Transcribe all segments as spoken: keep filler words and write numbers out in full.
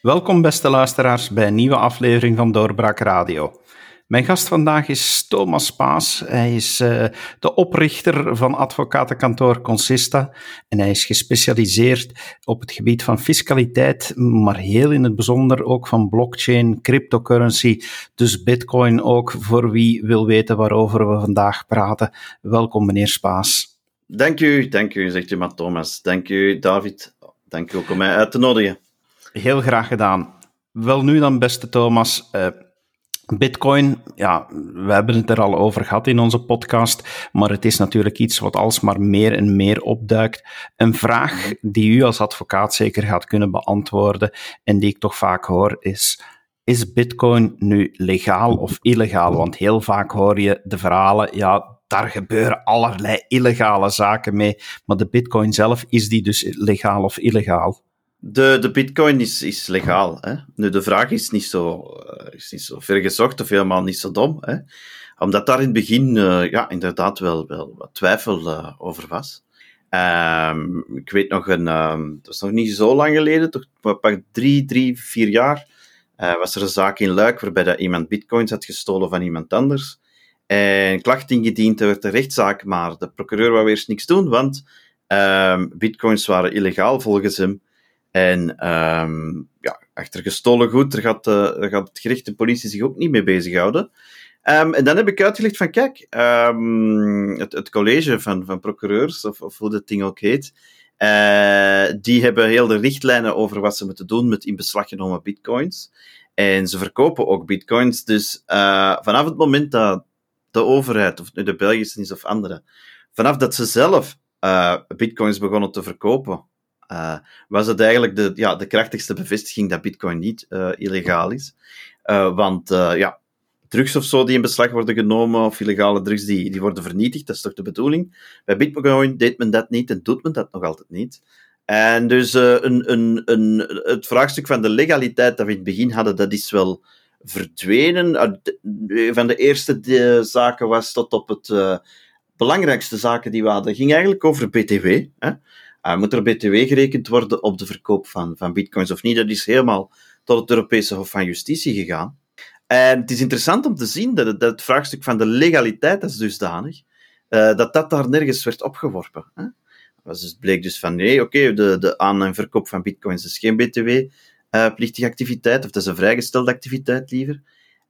Welkom beste luisteraars bij een nieuwe aflevering van Doorbraak Radio. Mijn gast vandaag is Thomas Paas. Hij is uh, de oprichter van advocatenkantoor Consista en hij is gespecialiseerd op het gebied van fiscaliteit, maar heel in het bijzonder ook van blockchain, cryptocurrency, dus bitcoin ook, voor wie wil weten waarover we vandaag praten. Welkom meneer Spaas. Dank u, dank u, zegt u maar Thomas. Dank u David, dank u ook om mij uit te nodigen. Heel graag gedaan. Wel nu dan, beste Thomas. Uh, Bitcoin, ja, we hebben het er al over gehad in onze podcast, maar het is natuurlijk iets wat alsmaar meer en meer opduikt. Een vraag die u als advocaat zeker gaat kunnen beantwoorden en die ik toch vaak hoor is, is Bitcoin nu legaal of illegaal? Want heel vaak hoor je de verhalen, ja, daar gebeuren allerlei illegale zaken mee, maar de Bitcoin zelf, is die dus legaal of illegaal? De, de bitcoin is, is legaal. Hè? Nu, de vraag is niet, zo, uh, is niet zo ver gezocht of helemaal niet zo dom. Hè? Omdat daar in het begin uh, ja, inderdaad wel, wel wat twijfel uh, over was. Um, ik weet nog, een, um, dat is nog niet zo lang geleden, toch pak drie, drie, vier jaar, uh, was er een zaak in Luik waarbij dat iemand bitcoins had gestolen van iemand anders. En klacht ingediend, er werd een rechtszaak, maar de procureur wou eerst niks doen, want um, bitcoins waren illegaal volgens hem. En um, ja, achter gestolen goed, daar gaat, uh, daar gaat het gerecht en politie zich ook niet mee bezighouden. Um, en dan heb ik uitgelegd van, kijk, um, het, het college van, van procureurs, of, of hoe dat ding ook heet, uh, die hebben heel de richtlijnen over wat ze moeten doen met in beslag genomen bitcoins. En ze verkopen ook bitcoins. Dus uh, vanaf het moment dat de overheid, of nu de Belgische is of andere, vanaf dat ze zelf uh, bitcoins begonnen te verkopen, Uh, was het eigenlijk de, ja, de krachtigste bevestiging dat bitcoin niet uh, illegaal is. Uh, want uh, ja, drugs of zo die in beslag worden genomen, of illegale drugs die, die worden vernietigd, dat is toch de bedoeling. Bij bitcoin deed men dat niet en doet men dat nog altijd niet. En dus uh, een, een, een, het vraagstuk van de legaliteit dat we in het begin hadden, dat is wel verdwenen. Uh, van de eerste de zaken was tot op het uh, belangrijkste zaken die we hadden, ging eigenlijk over B T W, hè. Uh, moet er B T W gerekend worden op de verkoop van, van bitcoins of niet? Dat is helemaal tot het Europese Hof van Justitie gegaan. En het is interessant om te zien dat het, dat het vraagstuk van de legaliteit als dusdanig, uh, dat dat daar nergens werd opgeworpen. Hè? Dus het bleek dus van, nee, oké, okay, de, de aan- en verkoop van bitcoins is geen B T W-plichtige uh, activiteit, of dat is een vrijgestelde activiteit liever.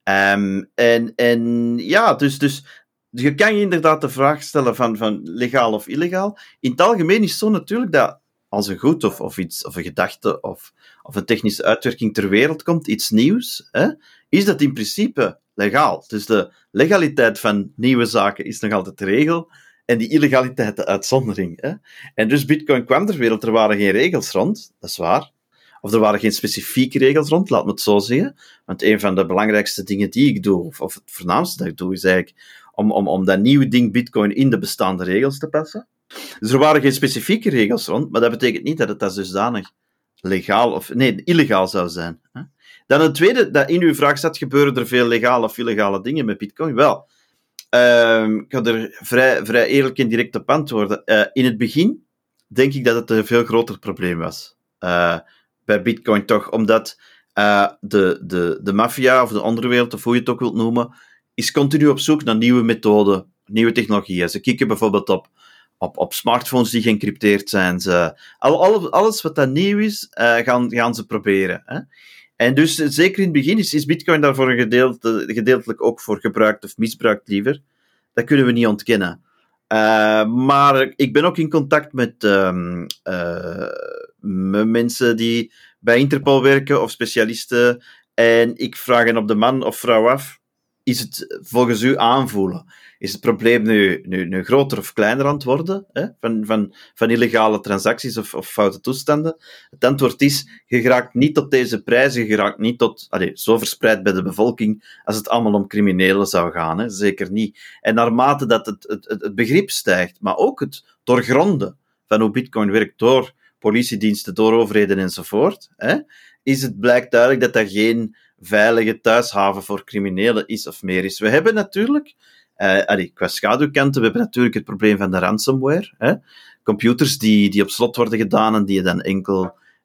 Um, en, en ja, dus... dus Dus je kan je inderdaad de vraag stellen van, van legaal of illegaal. In het algemeen is het zo natuurlijk dat als een goed of, of, iets, of een gedachte of, of een technische uitwerking ter wereld komt, iets nieuws, hè, is dat in principe legaal. Dus de legaliteit van nieuwe zaken is nog altijd de regel en die illegaliteit de uitzondering. Hè. En dus Bitcoin kwam ter wereld, er waren geen regels rond, dat is waar. Of er waren geen specifieke regels rond, laat me het zo zeggen. Want een van de belangrijkste dingen die ik doe, of, of het voornaamste dat ik doe, is eigenlijk Om, om, om dat nieuwe ding Bitcoin in de bestaande regels te passen. Dus er waren geen specifieke regels rond, maar dat betekent niet dat het als dusdanig legaal of, nee, illegaal zou zijn. Dan een tweede, dat in uw vraag staat, gebeuren er veel legale of illegale dingen met Bitcoin? Wel, uh, ik ga er vrij, vrij eerlijk en direct op antwoorden. Uh, in het begin denk ik dat het een veel groter probleem was. Uh, bij Bitcoin toch, omdat uh, de, de, de maffia of de onderwereld, of hoe je het ook wilt noemen, is continu op zoek naar nieuwe methoden, nieuwe technologieën. Ze kijken bijvoorbeeld op, op, op smartphones die geëncrypteerd zijn. Ze, al, al, alles wat dat nieuw is, uh, gaan, gaan ze proberen. Hè? En dus, zeker in het begin, is, is Bitcoin daarvoor een gedeelte, gedeeltelijk ook voor gebruikt of misbruikt liever. Dat kunnen we niet ontkennen. Uh, maar ik ben ook in contact met, um, uh, met mensen die bij Interpol werken, of specialisten, en ik vraag hen op de man of vrouw af, is het volgens u aanvoelen? Is het probleem nu, nu, nu groter of kleiner aan het worden, hè? Van, van, van illegale transacties of, of foute toestanden? Het antwoord is, je geraakt niet tot deze prijzen, je geraakt niet tot, allez, zo verspreid bij de bevolking, als het allemaal om criminelen zou gaan, hè? Zeker niet. En naarmate dat het, het, het begrip stijgt, maar ook het doorgronden van hoe Bitcoin werkt door politiediensten, door overheden enzovoort, hè, is het blijkt duidelijk dat dat geen veilige thuishaven voor criminelen is of meer is. We hebben natuurlijk, uh, allee, qua schaduwkanten, we hebben natuurlijk het probleem van de ransomware. Hè? Computers die, die op slot worden gedaan en die je dan enkel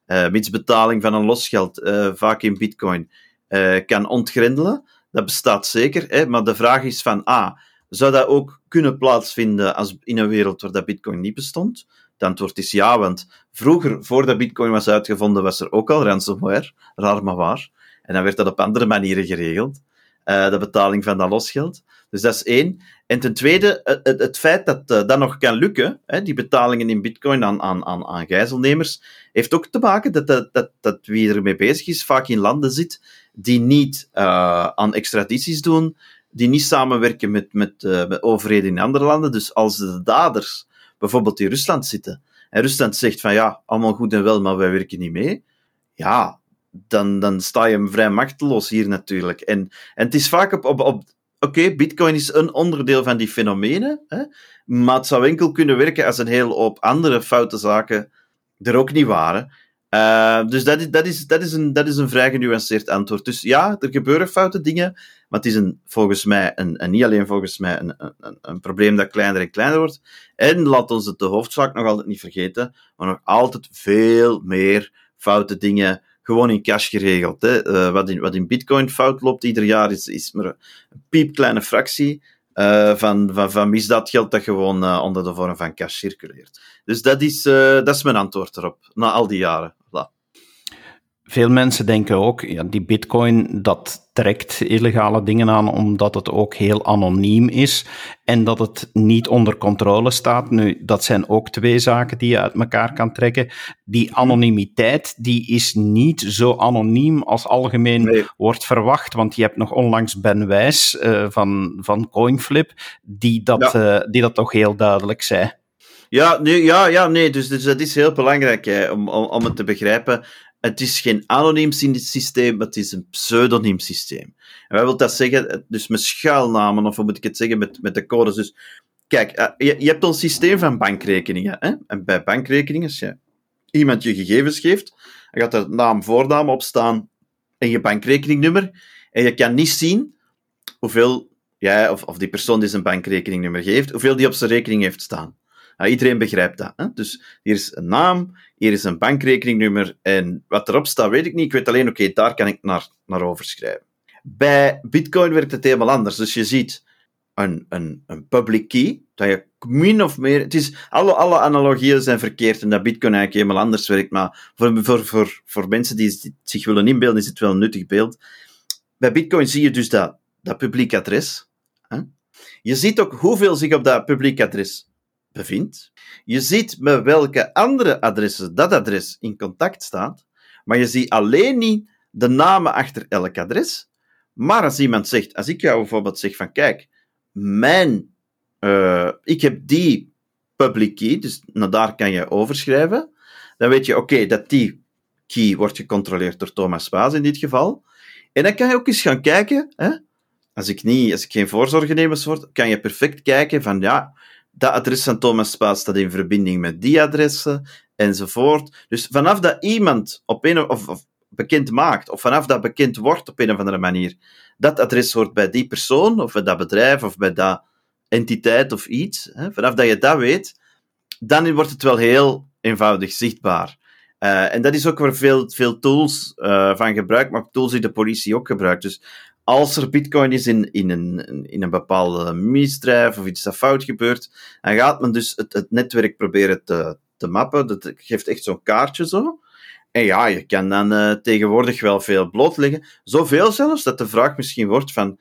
uh, mits betaling van een losgeld, uh, vaak in bitcoin, uh, kan ontgrendelen. Dat bestaat zeker, hè, maar de vraag is van, ah, zou dat ook kunnen plaatsvinden als in een wereld waar dat bitcoin niet bestond? Het antwoord is ja, want vroeger, voordat bitcoin was uitgevonden, was er ook al ransomware, raar maar waar. En dan werd dat op andere manieren geregeld, uh, de betaling van dat losgeld. Dus dat is één. En ten tweede, het, het feit dat uh, dat nog kan lukken, hè, die betalingen in bitcoin aan, aan, aan, aan gijzelnemers, heeft ook te maken dat, dat, dat, dat wie ermee bezig is vaak in landen zit die niet uh, aan extradities doen, die niet samenwerken met, met, uh, met overheden in andere landen. Dus als de daders bijvoorbeeld in Rusland zitten, en Rusland zegt van ja, allemaal goed en wel, maar wij werken niet mee, ja, dan, dan sta je vrij machteloos hier natuurlijk. En, en het is vaak op... op, op Oké, okay, bitcoin is een onderdeel van die fenomenen, hè, maar het zou enkel kunnen werken als een hele hoop andere foute zaken er ook niet waren. Uh, dus dat is, dat, is, dat, is een, dat is een vrij genuanceerd antwoord. Dus ja, er gebeuren foute dingen, maar het is een, volgens mij, een, en niet alleen volgens mij, een, een, een probleem dat kleiner en kleiner wordt. En laat ons het de hoofdzaak nog altijd niet vergeten, maar nog altijd veel meer foute dingen gewoon in cash geregeld. Hè. Uh, wat, in, wat in bitcoin fout loopt ieder jaar is, is maar een piepkleine fractie uh, van, van, van misdaadgeld dat gewoon uh, onder de vorm van cash circuleert. Dus dat is, uh, dat is mijn antwoord erop, na al die jaren. Voilà. Veel mensen denken ook, ja, die bitcoin, dat trekt illegale dingen aan, omdat het ook heel anoniem is en dat het niet onder controle staat. Nu, dat zijn ook twee zaken die je uit elkaar kan trekken. Die anonimiteit, die is niet zo anoniem als algemeen nee. wordt verwacht, want je hebt nog onlangs Ben Wijs uh, van, van Coinflip, die dat, ja. uh, die dat toch heel duidelijk zei. Ja, nee, ja, ja, nee dus, dus dat is heel belangrijk hè, om, om, om het te begrijpen. Het is geen anoniem systeem, maar het is een pseudoniem systeem. En wat wil dat zeggen? Dus met schuilnamen, of hoe moet ik het zeggen, met, met de codes. Dus, kijk, je, je hebt een systeem van bankrekeningen. Hè? En bij bankrekeningen, als je iemand je gegevens geeft, dan gaat er naam, voornaam op staan en je bankrekeningnummer. En je kan niet zien hoeveel jij, of, of die persoon die zijn bankrekeningnummer geeft, hoeveel die op zijn rekening heeft staan. Nou, iedereen begrijpt dat. Hè? Dus hier is een naam, hier is een bankrekeningnummer en wat erop staat weet ik niet. Ik weet alleen, oké, okay, daar kan ik naar, naar overschrijven. Bij Bitcoin werkt het helemaal anders. Dus je ziet een, een, een public key, dat je min of meer... Het is, alle, alle analogieën zijn verkeerd en dat Bitcoin eigenlijk helemaal anders werkt, maar voor, voor, voor, voor mensen die zich willen inbeelden, is het wel een nuttig beeld. Bij Bitcoin zie je dus dat, dat publiek adres. Hè? Je ziet ook hoeveel zich op dat publiek adres bevindt. Je ziet met welke andere adressen dat adres in contact staat, maar je ziet alleen niet de namen achter elk adres. Maar als iemand zegt, als ik jou bijvoorbeeld zeg van, kijk, mijn, uh, ik heb die public key, dus naar daar kan je overschrijven, dan weet je, oké, okay, dat die key wordt gecontroleerd door Thomas Spaas in dit geval. En dan kan je ook eens gaan kijken, hè, als ik niet, als ik geen voorzorgnemers word, kan je perfect kijken van, ja, dat adres van Thomas Spaas staat in verbinding met die adressen, enzovoort. Dus vanaf dat iemand op een, of, of bekend maakt, of vanaf dat bekend wordt op een of andere manier, dat adres hoort bij die persoon, of bij dat bedrijf, of bij dat entiteit of iets, hè, vanaf dat je dat weet, dan wordt het wel heel eenvoudig zichtbaar. Uh, en dat is ook waar veel, veel tools uh, van gebruikt, maar tools die de politie ook gebruikt. Dus als er bitcoin is in, in, een, in een bepaalde misdrijf of iets dat fout gebeurt, dan gaat men dus het, het netwerk proberen te, te mappen. Dat geeft echt zo'n kaartje zo. En ja, je kan dan uh, tegenwoordig wel veel blootleggen. Zoveel zelfs, dat de vraag misschien wordt van,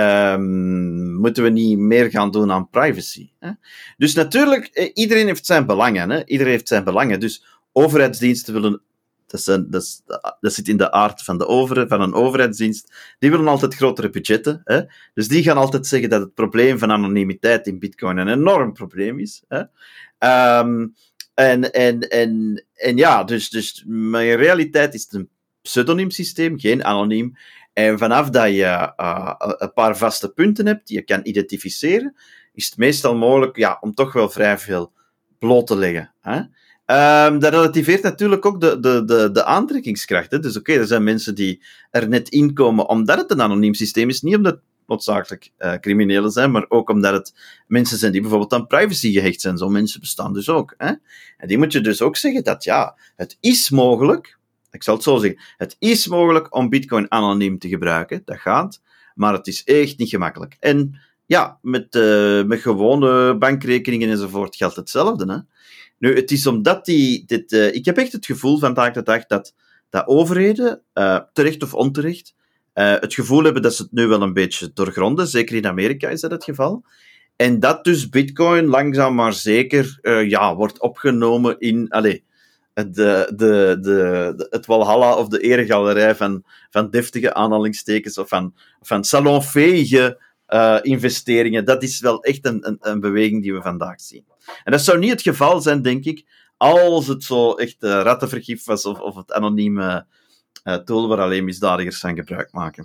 um, moeten we niet meer gaan doen aan privacy? Hè? Dus natuurlijk, eh, iedereen heeft zijn belangen. Hè? Iedereen heeft zijn belangen. Dus overheidsdiensten willen... Dat, zijn, dat, is, dat zit in de aard van, de over, van een overheidsdienst. Die willen altijd grotere budgetten. Hè? Dus die gaan altijd zeggen dat het probleem van anonimiteit in Bitcoin een enorm probleem is. Hè? Um, en, en, en, en ja, dus, dus maar in realiteit is het een pseudoniem systeem, geen anoniem. En vanaf dat je uh, een paar vaste punten hebt die je kan identificeren, is het meestal mogelijk ja, om toch wel vrij veel bloot te leggen. Hè? Um, dat relativeert natuurlijk ook de, de, de, de aantrekkingskracht. Hè? Dus oké, okay, er zijn mensen die er net inkomen omdat het een anoniem systeem is, niet omdat, noodzakelijk uh, criminelen zijn, maar ook omdat het mensen zijn die bijvoorbeeld aan privacy gehecht zijn. Zo mensen bestaan dus ook. Hè? En die moet je dus ook zeggen dat ja, het is mogelijk, ik zal het zo zeggen, het is mogelijk om Bitcoin anoniem te gebruiken, dat gaat, maar het is echt niet gemakkelijk. En ja, met, uh, met gewone bankrekeningen enzovoort geldt hetzelfde. Hè? Nu, het is omdat die... Dit, uh, ik heb echt het gevoel vandaag de dag dat, dat overheden, uh, terecht of onterecht, uh, het gevoel hebben dat ze het nu wel een beetje doorgronden. Zeker in Amerika is dat het geval. En dat dus Bitcoin langzaam maar zeker uh, ja, wordt opgenomen in... Allez, de, de, de, de, het Walhalla of de eregalerij van, van deftige aanhalingstekens of van, van salonfähige uh, investeringen. Dat is wel echt een, een, een beweging die we vandaag zien. En dat zou niet het geval zijn, denk ik, als het zo echt uh, rattenvergif was of, of het anonieme uh, tool waar alleen misdadigers van gebruik maken.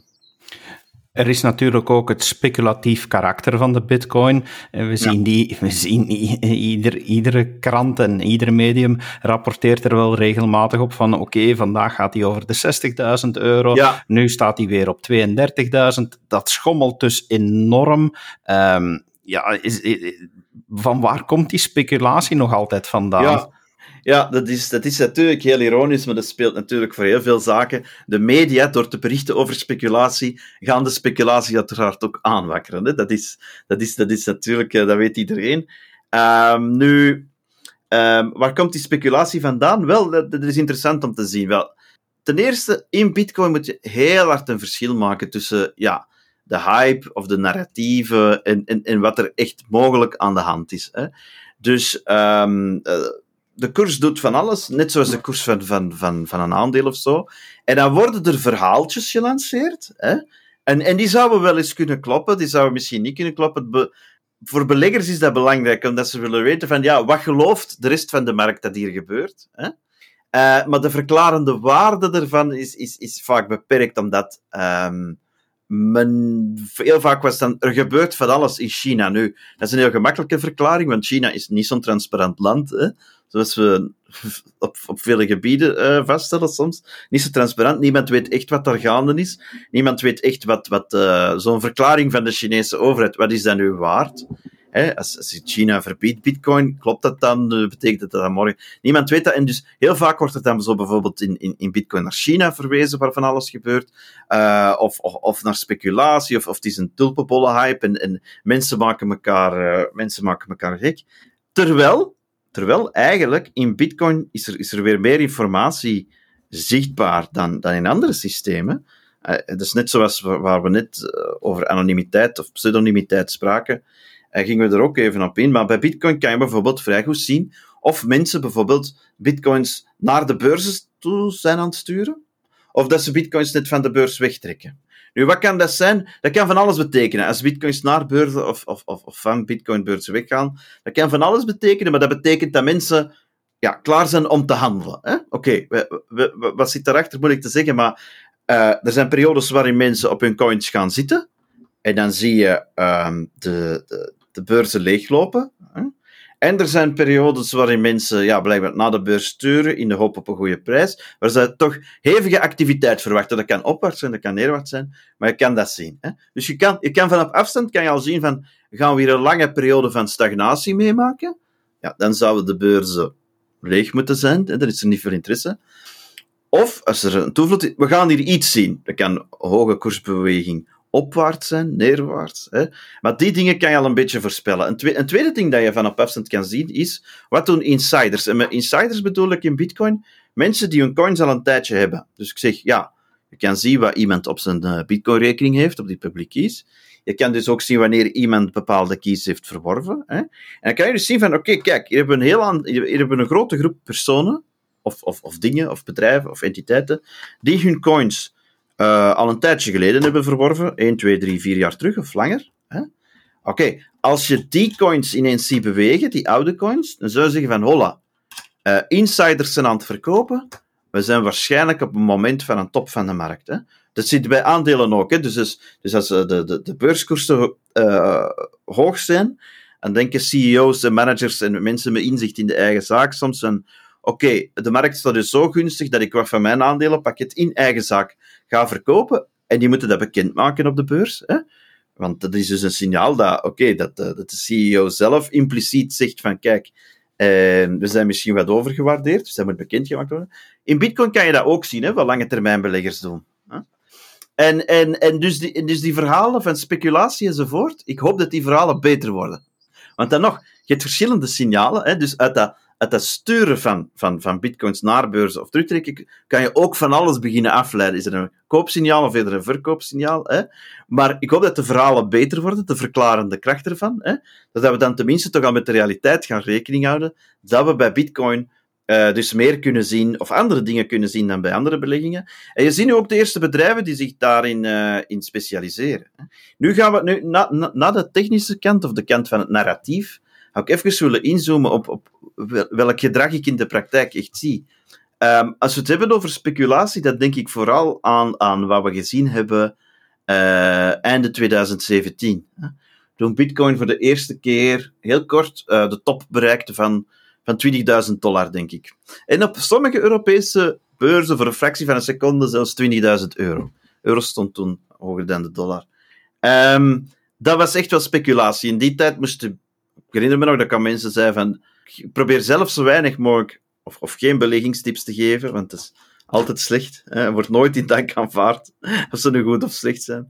Er is natuurlijk ook het speculatief karakter van de bitcoin. We zien, ja. die, we zien ieder, iedere krant en ieder medium rapporteert er wel regelmatig op van oké, okay, vandaag gaat hij over de zestigduizend euro, ja. Nu staat hij weer op tweeëndertigduizend. Dat schommelt dus enorm. Um, ja, is, is, van waar komt die speculatie nog altijd vandaan? Ja. Ja, dat is, dat is natuurlijk heel ironisch, maar dat speelt natuurlijk voor heel veel zaken. De media, door te berichten over speculatie, gaan de speculatie uiteraard ook aanwakkeren. Hè? Dat, is, dat, is, dat is natuurlijk, dat weet iedereen. Um, nu, um, waar komt die speculatie vandaan? Wel, dat, dat is interessant om te zien. Wel, ten eerste, in Bitcoin moet je heel hard een verschil maken tussen ja, de hype of de narratieven en, en, en wat er echt mogelijk aan de hand is. Hè? Dus... Um, uh, De koers doet van alles, net zoals de koers van, van, van, van een aandeel of zo. En dan worden er verhaaltjes gelanceerd. Hè? En, en die zouden wel eens kunnen kloppen, die zouden misschien niet kunnen kloppen. Be- voor beleggers is dat belangrijk, omdat ze willen weten van, ja, wat gelooft de rest van de markt dat hier gebeurt? Hè? Uh, maar de verklarende waarde ervan is, is, is vaak beperkt, omdat... Um, Men, heel vaak was dan, er gebeurt van alles in China. Nu, dat is een heel gemakkelijke verklaring, want China is niet zo'n transparant land, hè, zoals we op, op vele gebieden uh, vaststellen soms. Niet zo transparant, niemand weet echt wat daar gaande is. Niemand weet echt wat, wat uh, zo'n verklaring van de Chinese overheid, wat is dat nu waard? Hè, als, als China verbiedt bitcoin, klopt dat dan? Betekent dat dat morgen? Niemand weet dat. En dus heel vaak wordt er dan zo bijvoorbeeld in, in, in bitcoin naar China verwezen, waar van alles gebeurt. Uh, of, of, of naar speculatie, of, of het is een tulpenbollenhype en, en mensen maken elkaar, uh, mensen maken elkaar gek. Terwijl, terwijl eigenlijk in bitcoin is er, is er weer meer informatie zichtbaar dan, dan in andere systemen. Uh, het is net zoals waar we net uh, over anonimiteit of pseudonimiteit spraken. En gingen we er ook even op in. Maar bij Bitcoin kan je bijvoorbeeld vrij goed zien of mensen bijvoorbeeld Bitcoins naar de beurzen toe zijn aan het sturen, of dat ze Bitcoins net van de beurs wegtrekken. Nu, wat kan dat zijn? Dat kan van alles betekenen. Als Bitcoins naar beurzen of, of, of, of van Bitcoin-beurzen weggaan, dat kan van alles betekenen, maar dat betekent dat mensen ja, klaar zijn om te handelen. Oké, okay, wat zit daarachter, moet ik te zeggen, maar uh, er zijn periodes waarin mensen op hun coins gaan zitten, en dan zie je um, de, de, de beurzen leeglopen. Hè? En er zijn periodes waarin mensen ja, blijkbaar naar de beurs sturen in de hoop op een goede prijs, waar ze toch hevige activiteit verwachten. Dat kan opwaarts zijn, dat kan neerwaarts zijn, maar je kan dat zien. Hè? Dus je kan, je kan vanaf afstand kan je al zien van, gaan we hier een lange periode van stagnatie meemaken? Ja, dan zouden de beurzen leeg moeten zijn, hè? Dan is er niet veel interesse. Of, als er een toevloed is, we gaan hier iets zien. Dat kan hoge koersbeweging opwaarts zijn, neerwaarts. Hè. Maar die dingen kan je al een beetje voorspellen. Een, twe- een tweede ding dat je van op afstand kan zien is, wat doen insiders? En met insiders bedoel ik in Bitcoin mensen die hun coins al een tijdje hebben. Dus ik zeg, ja, je kan zien wat iemand op zijn uh, Bitcoin-rekening heeft, op die public keys. Je kan dus ook zien wanneer iemand bepaalde keys heeft verworven. Hè. En dan kan je dus zien van, oké, okay, kijk, hier hebben we een, heel aan, hier hebben we een grote groep personen, of, of, of dingen, of bedrijven, of entiteiten, die hun coins Uh, al een tijdje geleden hebben verworven, één, twee, drie, vier jaar terug, of langer. Oké, okay. Als je die coins ineens ziet bewegen, die oude coins, dan zou je zeggen van, hola, uh, insiders zijn aan het verkopen, we zijn waarschijnlijk op een moment van een top van de markt. Hè. Dat zit bij aandelen ook. Hè. Dus, dus, dus als de, de, de beurskoersen uh, hoog zijn, dan denken C E O's en managers en mensen met inzicht in de eigen zaak soms van, oké, okay, de markt staat dus zo gunstig dat ik wat van mijn aandelenpakket in eigen zaak ga verkopen, en die moeten dat bekendmaken op de beurs. Hè? Want dat is dus een signaal dat, oké, okay, dat, dat de C E O zelf impliciet zegt van, kijk, eh, we zijn misschien wat overgewaardeerd, dus dat moet bekendgemaakt worden. In Bitcoin kan je dat ook zien, hè, wat lange termijn beleggers doen. Hè? En, en, en dus, die, dus die verhalen van speculatie enzovoort, ik hoop dat die verhalen beter worden. Want dan nog, je hebt verschillende signalen, hè, dus uit dat, uit dat sturen van, van, van bitcoins naar beurzen of terugtrekken, kan je ook van alles beginnen afleiden. Is er een koopsignaal of is er een verkoopsignaal? Hè? Maar ik hoop dat de verhalen beter worden, de verklarende kracht ervan. Hè? Dat we dan tenminste toch al met de realiteit gaan rekening houden, dat we bij bitcoin uh, dus meer kunnen zien, of andere dingen kunnen zien dan bij andere beleggingen. En je ziet nu ook de eerste bedrijven die zich daarin uh, in specialiseren. Hè? Nu gaan we, nu, na, na, na de technische kant, of de kant van het narratief, ga ik even willen inzoomen op, op welk gedrag ik in de praktijk echt zie. Um, als we het hebben over speculatie, dan denk ik vooral aan, aan wat we gezien hebben uh, einde twintig zeventien. Hè? Toen Bitcoin voor de eerste keer heel kort uh, de top bereikte van, van twintigduizend dollar, denk ik. En op sommige Europese beurzen voor een fractie van een seconde zelfs twintigduizend euro. Euro stond toen hoger dan de dollar. Um, dat was echt wel speculatie. In die tijd moesten... Ik herinner me nog dat ik aan mensen zei van, probeer zelf zo weinig mogelijk, of, of geen beleggingstips te geven, want het is altijd slecht. Hè. Er wordt nooit in dank aanvaard, of ze nu goed of slecht zijn.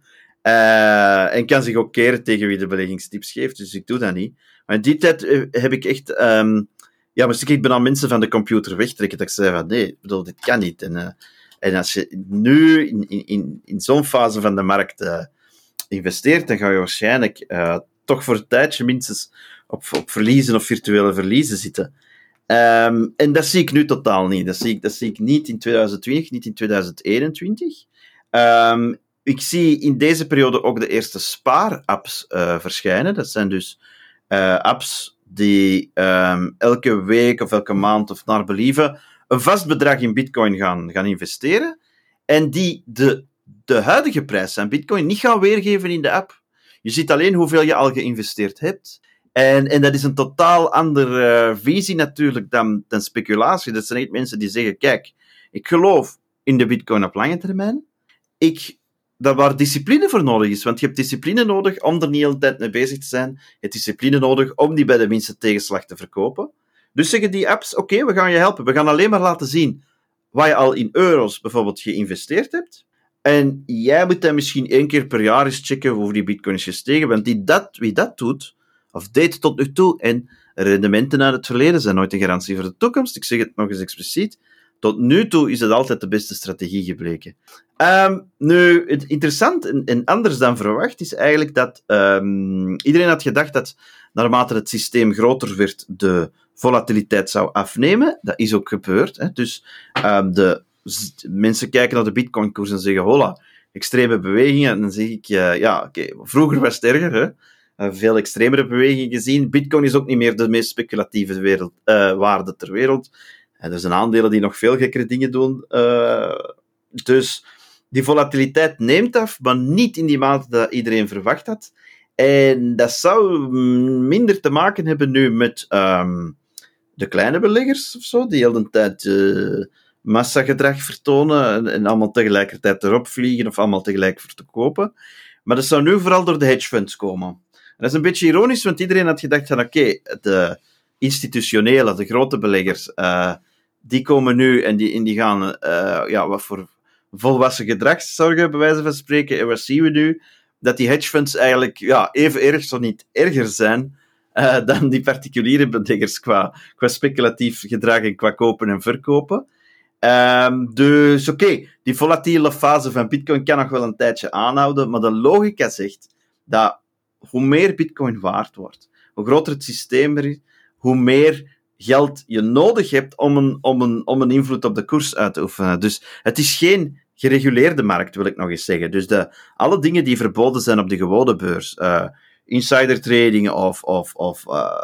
Uh, en kan zich ook keren tegen wie de beleggingstips geeft, dus ik doe dat niet. Maar in die tijd heb ik echt, um, ja, moest ik echt bijna mensen van de computer wegtrekken, dat ik zei van, nee, bedoel, dit kan niet. En, uh, en als je nu in, in, in zo'n fase van de markt uh, investeert, dan ga je waarschijnlijk uh, toch voor een tijdje minstens op, op verliezen of virtuele verliezen zitten. Um, en dat zie ik nu totaal niet. Dat zie ik, dat zie ik niet in twintig twintig, niet in twintig eenentwintig. Um, ik zie in deze periode ook de eerste spaarapps uh, verschijnen. Dat zijn dus uh, apps die um, elke week of elke maand of naar believen een vast bedrag in bitcoin gaan, gaan investeren en die de, de huidige prijs van bitcoin niet gaan weergeven in de app. Je ziet alleen hoeveel je al geïnvesteerd hebt. En, en dat is een totaal andere uh, visie natuurlijk dan, dan speculatie. Dat zijn echt mensen die zeggen, kijk, ik geloof in de bitcoin op lange termijn. Ik, dat waar discipline voor nodig is. Want je hebt discipline nodig om er niet de hele tijd mee bezig te zijn. Je hebt discipline nodig om die bij de minste tegenslag te verkopen. Dus zeggen die apps, oké, okay, we gaan je helpen. We gaan alleen maar laten zien wat je al in euro's bijvoorbeeld geïnvesteerd hebt. En jij moet dan misschien één keer per jaar eens checken hoe die bitcoin is gestegen. Want die dat, wie dat doet, of deed tot nu toe, en rendementen uit het verleden zijn nooit een garantie voor de toekomst. Ik zeg het nog eens expliciet. Tot nu toe is het altijd de beste strategie gebleken. Um, nu, het interessant en, en anders dan verwacht is eigenlijk dat um, iedereen had gedacht dat naarmate het systeem groter werd, de volatiliteit zou afnemen. Dat is ook gebeurd. Hè. Dus um, de, mensen kijken naar de bitcoin-koers en zeggen, hola, extreme bewegingen. En dan zeg ik, uh, ja, oké, okay, vroeger was het erger, hè. Uh, veel extremere bewegingen gezien. Bitcoin is ook niet meer de meest speculatieve wereld, uh, waarde ter wereld. En er zijn aandelen die nog veel gekkere dingen doen. Uh, dus die volatiliteit neemt af, maar niet in die mate dat iedereen verwacht had. En dat zou minder te maken hebben nu met um, de kleine beleggers of zo, die heel de tijd uh, massagedrag vertonen en, en allemaal tegelijkertijd erop vliegen of allemaal tegelijk voor te kopen. Maar dat zou nu vooral door de hedge funds komen. En dat is een beetje ironisch, want iedereen had gedacht van oké, okay, de institutionele, de grote beleggers, uh, die komen nu en die, en die gaan uh, ja, wat voor volwassen gedrag zorgen, bij wijze van spreken. En wat zien we nu? Dat die hedge funds eigenlijk ja, even erg, zo niet erger zijn uh, dan die particuliere beleggers qua, qua speculatief gedrag en qua kopen en verkopen. Um, dus oké, okay, die volatiele fase van bitcoin kan nog wel een tijdje aanhouden, maar de logica zegt dat hoe meer bitcoin waard wordt, hoe groter het systeem er is, hoe meer geld je nodig hebt om een, om een, om een invloed op de koers uit te oefenen. Dus het is geen gereguleerde markt, wil ik nog eens zeggen. Dus de, alle dingen die verboden zijn op de gewone beurs, uh, insider trading of, of, of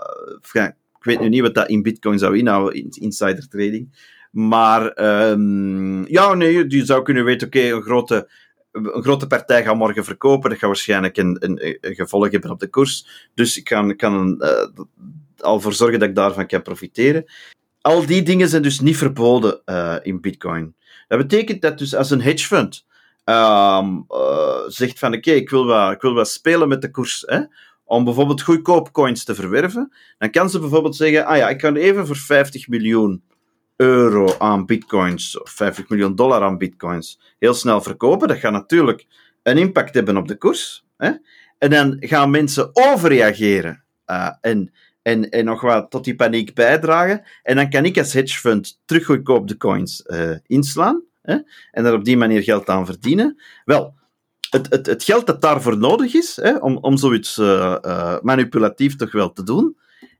uh, ik weet nu niet wat dat in bitcoin zou inhouden, insider trading, maar um, ja, nee, je zou kunnen weten, oké, okay, een grote een grote partij gaat morgen verkopen, dat gaat waarschijnlijk een, een, een gevolg hebben op de koers. Dus ik kan, kan uh, al voor zorgen dat ik daarvan kan profiteren. Al die dingen zijn dus niet verboden uh, in bitcoin. Dat betekent dat dus als een hedge fund um, uh, zegt van oké, okay, ik wil wat, ik wil wat spelen met de koers, hè, om bijvoorbeeld goedkoop coins te verwerven, dan kan ze bijvoorbeeld zeggen, ah ja, ik kan even voor vijftig miljoen euro aan bitcoins, of vijftig miljoen dollar aan bitcoins, heel snel verkopen. Dat gaat natuurlijk een impact hebben op de koers. Hè? En dan gaan mensen overreageren uh, en, en, en nog wat tot die paniek bijdragen. En dan kan ik als hedgefund terug goedkoop de coins uh, inslaan, hè? En daar op die manier geld aan verdienen. Wel, het, het, het geld dat daarvoor nodig is, hè, om, om zoiets uh, uh, manipulatief toch wel te doen,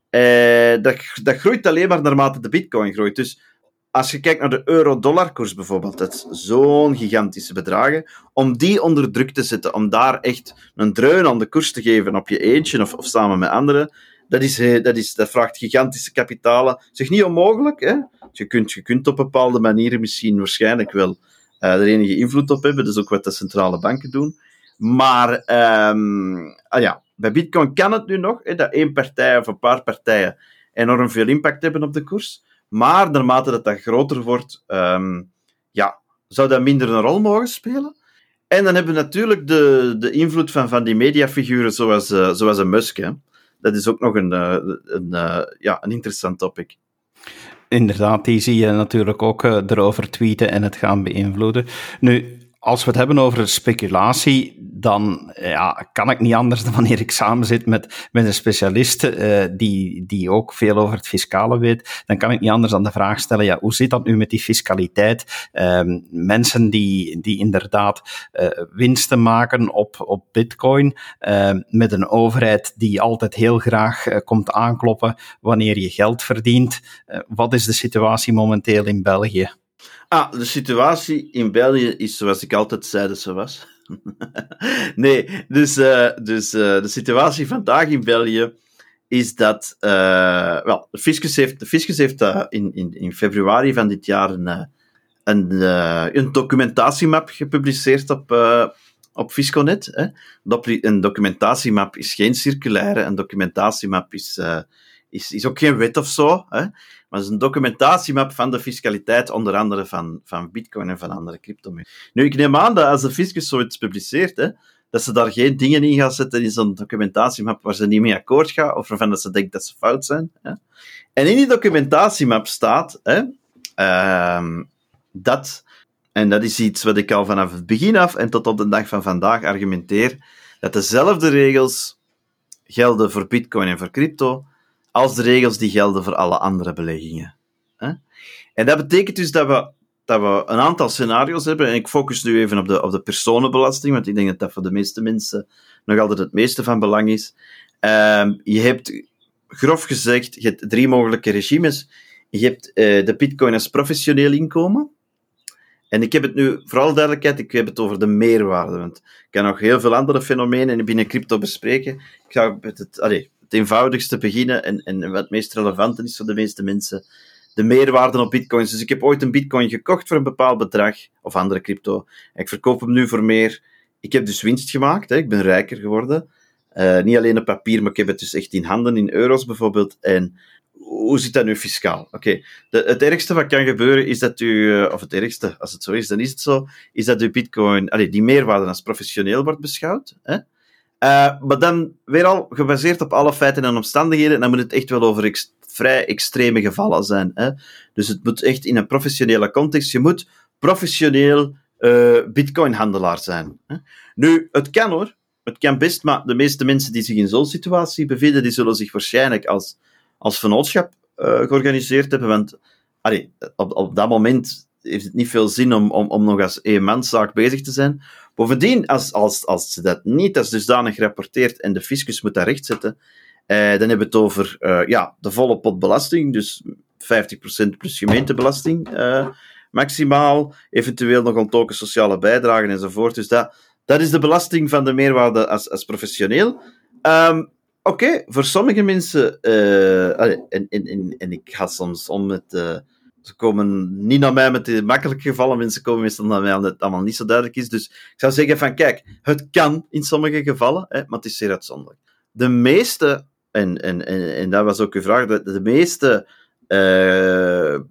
uh, dat, dat groeit alleen maar naarmate de bitcoin groeit. Dus als je kijkt naar de euro-dollar-koers bijvoorbeeld, dat is zo'n gigantische bedragen, om die onder druk te zetten, om daar echt een dreun aan de koers te geven op je eentje of, of samen met anderen, dat, is, dat, is, dat vraagt gigantische kapitalen. Zeg niet onmogelijk, hè? Je kunt, je kunt op bepaalde manieren misschien waarschijnlijk wel uh, er enige invloed op hebben, dat is ook wat de centrale banken doen. Maar um, ah ja, bij Bitcoin kan het nu nog, hè, dat één partij of een paar partijen enorm veel impact hebben op de koers. Maar naarmate dat dat groter wordt, um, ja, zou dat minder een rol mogen spelen. En dan hebben we natuurlijk de, de invloed van, van die mediafiguren zoals, uh, zoals een Musk. Hè. Dat is ook nog een, uh, een, uh, ja, een interessant topic. Inderdaad, die zie je natuurlijk ook uh, erover tweeten en het gaan beïnvloeden. Nu, als we het hebben over speculatie, dan ja, kan ik niet anders dan wanneer ik samen zit met, met een specialist uh, die, die ook veel over het fiscale weet, dan kan ik niet anders dan de vraag stellen, ja, hoe zit dat nu met die fiscaliteit? Um, mensen die, die inderdaad uh, winsten maken op, op bitcoin, uh, met een overheid die altijd heel graag uh, komt aankloppen wanneer je geld verdient. Uh, wat is de situatie momenteel in België? Ah, de situatie in België is zoals ik altijd zei dat ze was. nee, dus, uh, dus uh, de situatie vandaag in België is dat... Uh, wel, de fiscus heeft, de fiscus heeft uh, in, in, in februari van dit jaar een, uh, een, uh, een documentatiemap gepubliceerd op, uh, op Fisconet. Hè. Een documentatiemap is geen circulaire, een documentatiemap is... Uh, Is, is ook geen wet of zo, hè? Maar het is een documentatiemap van de fiscaliteit, onder andere van, van bitcoin en van andere cryptomunten. Nu, ik neem aan dat als de fiscus zoiets publiceert, hè, dat ze daar geen dingen in gaan zetten in zo'n documentatiemap waar ze niet mee akkoord gaan, of waarvan dat ze denkt dat ze fout zijn. Hè? En in die documentatiemap staat hè, uh, dat, en dat is iets wat ik al vanaf het begin af en tot op de dag van vandaag argumenteer, dat dezelfde regels gelden voor bitcoin en voor crypto, als de regels die gelden voor alle andere beleggingen. En dat betekent dus dat we, dat we een aantal scenario's hebben, en ik focus nu even op de, op de personenbelasting, want ik denk dat dat voor de meeste mensen nog altijd het meeste van belang is. Um, je hebt, grof gezegd, je hebt drie mogelijke regimes. Je hebt uh, de bitcoin als professioneel inkomen. En ik heb het nu, voor alle duidelijkheid, ik heb het over de meerwaarde, want ik kan nog heel veel andere fenomenen binnen crypto bespreken. Ik ga met het... Allez, het eenvoudigste beginnen en, en wat het meest relevante is voor de meeste mensen, de meerwaarde op bitcoins. Dus ik heb ooit een bitcoin gekocht voor een bepaald bedrag, of andere crypto. Ik verkoop hem nu voor meer. Ik heb dus winst gemaakt, hè. Ik ben rijker geworden. Uh, niet alleen op papier, maar ik heb het dus echt in handen, in euro's bijvoorbeeld. En hoe zit dat nu fiscaal? Oké, okay. Het ergste wat kan gebeuren is dat u, of het ergste, als het zo is, dan is het zo, is dat uw bitcoin, allez, die meerwaarde als professioneel wordt beschouwd, hè. Uh, maar dan weer al gebaseerd op alle feiten en omstandigheden, dan moet het echt wel over ex- vrij extreme gevallen zijn. Hè? Dus het moet echt in een professionele context. Je moet professioneel uh, bitcoin-handelaar zijn. Hè? Nu, het kan hoor. Het kan best, maar de meeste mensen die zich in zo'n situatie bevinden, die zullen zich waarschijnlijk als, als vennootschap uh, georganiseerd hebben. Want allee, op, op dat moment heeft het niet veel zin om, om, om nog als eenmanszaak bezig te zijn. Bovendien, als, als, als ze dat niet als dusdanig rapporteert en de fiscus moet dat rechtzetten, eh, dan hebben we het over uh, ja, de volle pot belasting, dus vijftig procent plus gemeentebelasting uh, maximaal, eventueel nog ontdoken sociale bijdragen enzovoort. Dus dat, dat is de belasting van de meerwaarde als, als professioneel. Um, Oké, okay, voor sommige mensen, uh, en, en, en, en ik ga soms om met... Uh, Ze komen niet naar mij met de makkelijke gevallen, mensen komen meestal naar mij omdat het allemaal niet zo duidelijk is. Dus ik zou zeggen van, kijk, het kan in sommige gevallen, hè, maar het is zeer uitzonderlijk. De meeste, en, en, en, en dat was ook uw vraag, de, de meeste uh,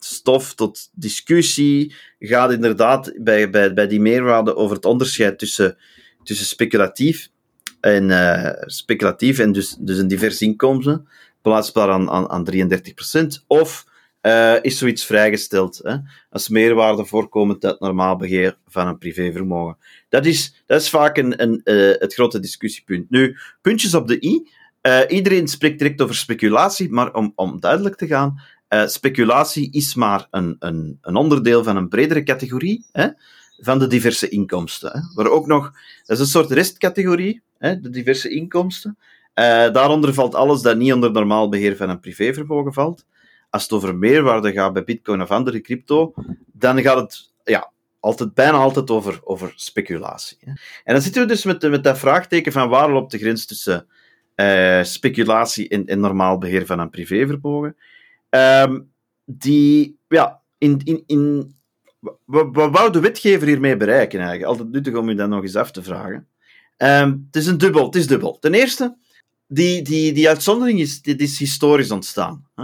stof tot discussie gaat inderdaad bij, bij, bij die meerwaarde over het onderscheid tussen, tussen speculatief en, uh, speculatief en dus, dus een divers inkomen, plaatsbaar aan, aan, aan drieëndertig procent, of uh, is zoiets vrijgesteld, hè, als meerwaarde voorkomend uit normaal beheer van een privévermogen. Dat is, dat is vaak een, een, uh, het grote discussiepunt. Nu, puntjes op de i. Uh, iedereen spreekt direct over speculatie, maar om, om duidelijk te gaan, uh, speculatie is maar een, een, een onderdeel van een bredere categorie, hè, van de diverse inkomsten. Hè. Maar ook nog, dat is een soort restcategorie, hè, de diverse inkomsten. Uh, daaronder valt alles dat niet onder normaal beheer van een privévermogen valt. Als het over meerwaarde gaat bij bitcoin of andere crypto, dan gaat het ja, altijd, bijna altijd over, over speculatie. Hè. En dan zitten we dus met, met dat vraagteken van waar loopt de grens tussen uh, speculatie en, en normaal beheer van een privévermogen. Um, die, ja, in... in, in wat, wat wou de wetgever hiermee bereiken eigenlijk? Altijd nuttig om u dat nog eens af te vragen. Um, het is een dubbel, het is dubbel. Ten eerste, die, die, die uitzondering is, dit is historisch ontstaan. Hè?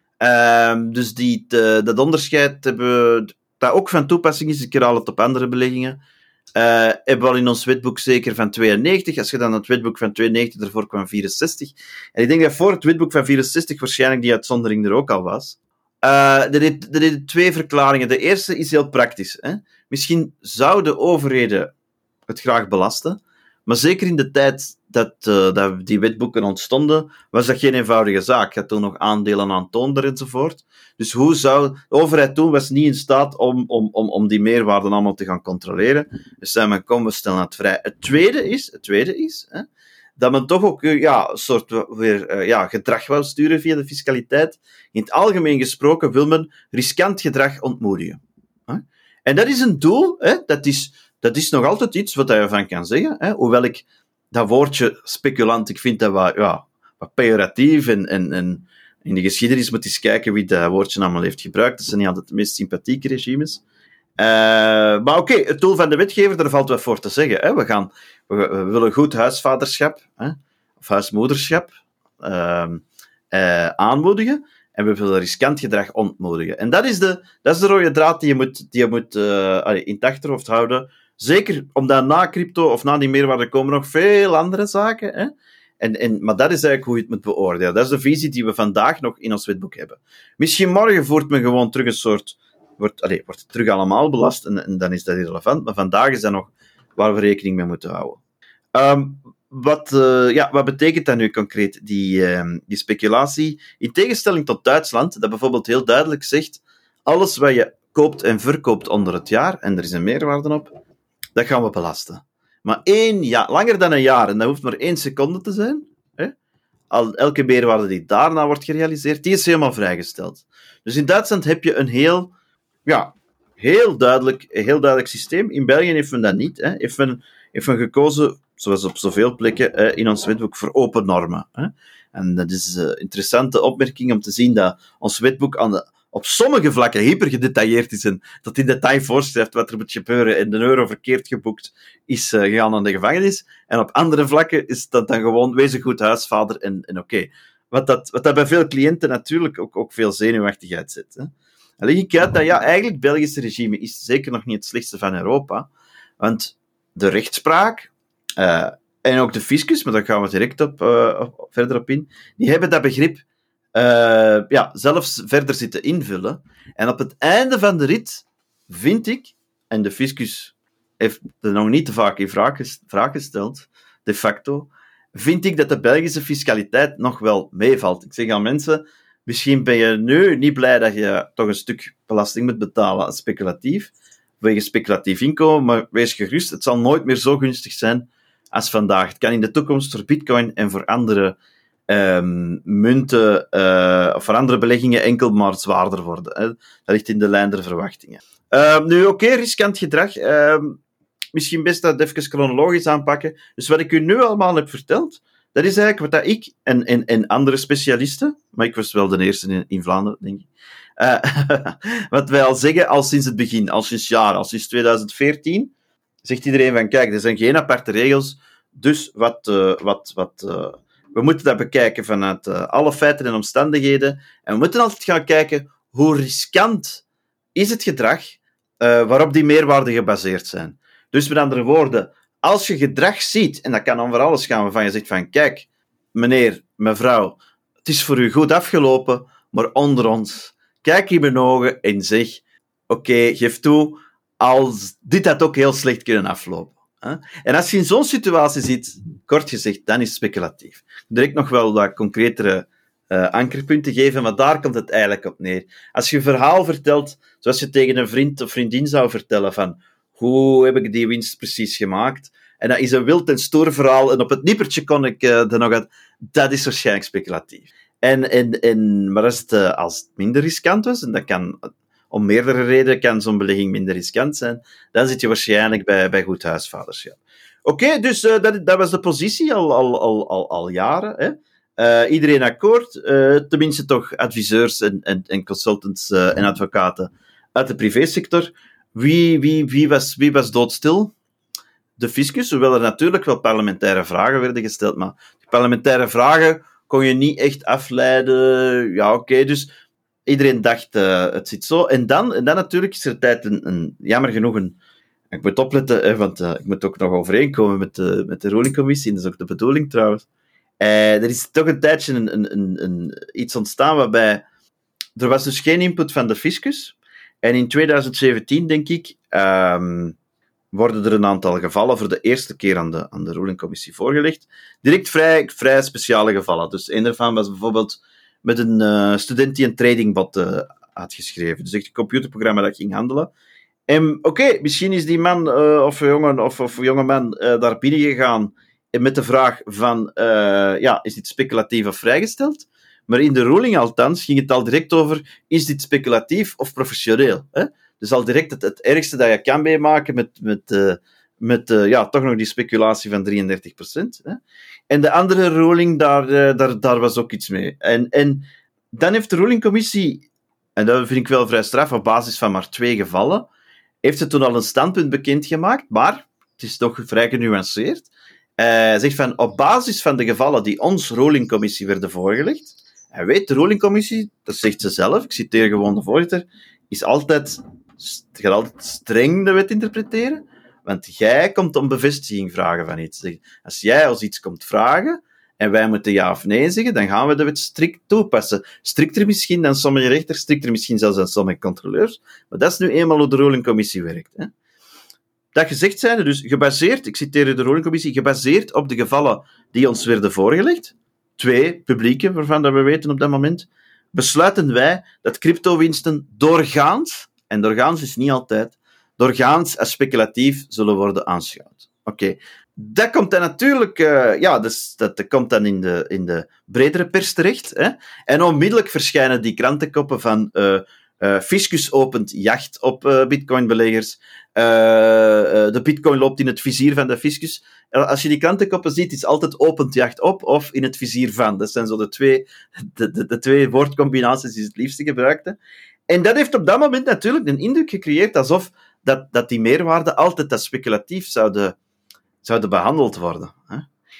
Um, dus die, de, dat onderscheid hebben, dat ook van toepassing is, ik herhaal het op andere beleggingen, uh, hebben we al in ons wetboek zeker van tweeënnegentig. Als je dan het wetboek van tweeënnegentig, ervoor kwam vierenzestig. En ik denk dat voor het wetboek van vierenzestig waarschijnlijk die uitzondering er ook al was. Uh, er zijn twee verklaringen. De eerste is heel praktisch. Hè? Misschien zouden overheden het graag belasten, maar zeker in de tijd dat, uh, dat die wetboeken ontstonden, was dat geen eenvoudige zaak. Je had toen nog aandelen aan toonder enzovoort. Dus hoe zou... De overheid toen was niet in staat om, om, om, om die meerwaarden allemaal te gaan controleren. Dus zei men, kom, we stellen het vrij. Het tweede is, het tweede is hè, dat men toch ook ja, een soort weer, uh, ja, gedrag wil sturen via de fiscaliteit. In het algemeen gesproken wil men riskant gedrag ontmoedigen. Hè? En dat is een doel, hè, dat is... Dat is nog altijd iets wat je van kan zeggen. Hè? Hoewel ik dat woordje speculant, ik vind dat wat, ja, wat pejoratief. En, en, en in de geschiedenis moet je eens kijken wie dat woordje allemaal heeft gebruikt. Dat zijn niet altijd de meest sympathieke regimes. Uh, maar oké, okay, het doel van de wetgever, daar valt wat voor te zeggen. Hè? We, gaan, we, we willen goed huisvaderschap, hè? Of huismoederschap uh, uh, aanmoedigen. En we willen riskant gedrag ontmoedigen. En dat is de, dat is de rode draad die je moet, die je moet uh, in het achterhoofd houden. Zeker omdat na crypto of na die meerwaarde komen nog veel andere zaken. Hè? En, en, maar dat is eigenlijk hoe je het moet beoordelen. Dat is de visie die we vandaag nog in ons wetboek hebben. Misschien morgen voert men gewoon terug een soort... Wordt, allez, wordt het terug allemaal belast en, en dan is dat irrelevant. Maar vandaag is dat nog waar we rekening mee moeten houden. Um, wat, uh, ja, wat betekent dat nu concreet, die, uh, die speculatie? In tegenstelling tot Duitsland, dat bijvoorbeeld heel duidelijk zegt, alles wat je koopt en verkoopt onder het jaar, en er is een meerwaarde op, dat gaan we belasten. Maar één jaar, langer dan een jaar, en dat hoeft maar één seconde te zijn, hè? Al, elke meerwaarde die daarna wordt gerealiseerd, die is helemaal vrijgesteld. Dus in Duitsland heb je een heel, ja, heel duidelijk, heel duidelijk systeem. In België heeft men dat niet. Hè? Heeft men, heeft men gekozen, zoals op zoveel plekken hè, in ons wetboek, voor open normen. Hè? En dat is een interessante opmerking om te zien dat ons wetboek aan de op sommige vlakken hyper gedetailleerd is en dat in detail voorschrijft wat er moet gebeuren en de euro verkeerd geboekt is uh, gegaan aan de gevangenis. En op andere vlakken is dat dan gewoon wees een goed huisvader en, en oké. Okay. Wat, dat, wat dat bij veel cliënten natuurlijk ook, ook veel zenuwachtigheid zet. Hè. Dan leg ik uit dat ja, eigenlijk het Belgische regime is zeker nog niet het slechtste van Europa. Want de rechtspraak uh, en ook de fiscus, maar daar gaan we direct op, uh, op, verder op in, die hebben dat begrip Uh, ja, zelfs verder zitten invullen. En op het einde van de rit vind ik, en de fiscus heeft er nog niet te vaak in vraag, vraag gesteld, de facto, vind ik dat de Belgische fiscaliteit nog wel meevalt. Ik zeg aan mensen, misschien ben je nu niet blij dat je toch een stuk belasting moet betalen als speculatief, wegens speculatief inkomen, maar wees gerust, het zal nooit meer zo gunstig zijn als vandaag. Het kan in de toekomst voor bitcoin en voor andere Um, munten uh, of voor andere beleggingen enkel maar zwaarder worden. Hè. Dat ligt in de lijn der verwachtingen. Uh, nu, oké, okay, riskant gedrag. Uh, misschien best dat even chronologisch aanpakken. Dus wat ik u nu allemaal heb verteld, dat is eigenlijk wat ik en, en, en andere specialisten, maar ik was wel de eerste in, in Vlaanderen, denk ik, uh, wat wij al zeggen al sinds het begin, al sinds jaar, al sinds twintig veertien, zegt iedereen van, kijk, er zijn geen aparte regels, dus wat... Uh, wat, wat uh, We moeten dat bekijken vanuit uh, alle feiten en omstandigheden. En we moeten altijd gaan kijken hoe riskant is het gedrag uh, waarop die meerwaarden gebaseerd zijn. Dus met andere woorden, als je gedrag ziet, en dat kan over alles gaan, waarvan je zegt van, kijk, meneer, mevrouw, het is voor u goed afgelopen, maar onder ons, kijk in mijn ogen en zeg, oké, okay, geef toe, als dit had ook heel slecht kunnen aflopen. Hè? En als je in zo'n situatie zit, kort gezegd, dan is het speculatief. Direct nog wel wat concretere uh, ankerpunten geven, maar daar komt het eigenlijk op neer. Als je een verhaal vertelt, zoals je tegen een vriend of vriendin zou vertellen van, hoe heb ik die winst precies gemaakt? En dat is een wild en stoer verhaal, en op het nippertje kon ik uh, er nog uit. Dat is waarschijnlijk speculatief. En, en, en, maar als het, uh, als het minder riskant was, en dat kan om meerdere redenen kan zo'n belegging minder riskant zijn, dan zit je waarschijnlijk bij, bij goed huisvaderschap. Oké, okay, dus uh, dat, dat was de positie al, al, al, al, al jaren. Hè? Uh, iedereen akkoord, uh, tenminste toch adviseurs en, en, en consultants uh, en advocaten uit de privésector. Wie, wie, wie, was, wie was doodstil? De fiscus, hoewel er natuurlijk wel parlementaire vragen werden gesteld, maar die parlementaire vragen kon je niet echt afleiden. Ja, oké, okay, dus iedereen dacht, uh, het zit zo. En dan, en dan natuurlijk is er tijd een, een jammer genoeg een... Ik moet opletten, hè, want uh, ik moet ook nog overeenkomen met de, met de rulingcommissie, en dat is ook de bedoeling trouwens. Uh, er is toch een tijdje een, een, een, een, iets ontstaan waarbij... Er was dus geen input van de fiscus. En in twintig zeventien, denk ik, um, worden er een aantal gevallen voor de eerste keer aan de, aan de rulingcommissie voorgelegd. Direct vrij, vrij speciale gevallen. Dus een daarvan was bijvoorbeeld met een uh, student die een tradingbot uh, had geschreven. Dus echt een computerprogramma dat ging handelen. En oké, okay, misschien is die man uh, of jongen of, of jonge man uh, daar binnen gegaan met de vraag van, uh, ja, is dit speculatief of vrijgesteld? Maar in de ruling althans ging het al direct over, is dit speculatief of professioneel? Hè? Dus al direct het, het ergste dat je kan meemaken met, met, uh, met uh, ja, toch nog die speculatie van drieëndertig procent. Hè? En de andere ruling, daar, uh, daar, daar was ook iets mee. En, en dan heeft de rulingcommissie, en dat vind ik wel vrij straf, op basis van maar twee gevallen, heeft ze toen al een standpunt bekendgemaakt, maar het is toch vrij genuanceerd. Hij uh, zegt van, op basis van de gevallen die ons rulingcommissie werden voorgelegd, en weet, de rulingcommissie, dat zegt ze zelf, ik citeer gewoon de voorzitter, is altijd, gaat altijd streng de wet interpreteren, want jij komt om bevestiging vragen van iets. Als jij ons iets komt vragen, en wij moeten ja of nee zeggen, dan gaan we de wet strikt toepassen. Strikter misschien dan sommige rechters, strikter misschien zelfs dan sommige controleurs, maar dat is nu eenmaal hoe de rulingcommissie werkt. Hè. Dat gezegd zijnde, dus gebaseerd, ik citeer de rulingcommissie, gebaseerd op de gevallen die ons werden voorgelegd, twee publieke, waarvan dat we weten op dat moment, besluiten wij dat cryptowinsten doorgaans, en doorgaans is niet altijd, doorgaans als speculatief zullen worden aanschouwd. Oké. Okay. Dat komt dan natuurlijk, uh, ja, dus dat, dat komt dan in de, in de bredere pers terecht. Hè? En onmiddellijk verschijnen die krantenkoppen van uh, uh, fiscus opent jacht op uh, bitcoinbeleggers. Uh, uh, de bitcoin loopt in het vizier van de fiscus. Als je die krantenkoppen ziet, is altijd opent jacht op of in het vizier van. Dat zijn zo de twee, de, de, de twee woordcombinaties die het liefste gebruikten. En dat heeft op dat moment natuurlijk een indruk gecreëerd alsof dat, dat die meerwaarden altijd als speculatief zouden, zouden behandeld worden. Hè?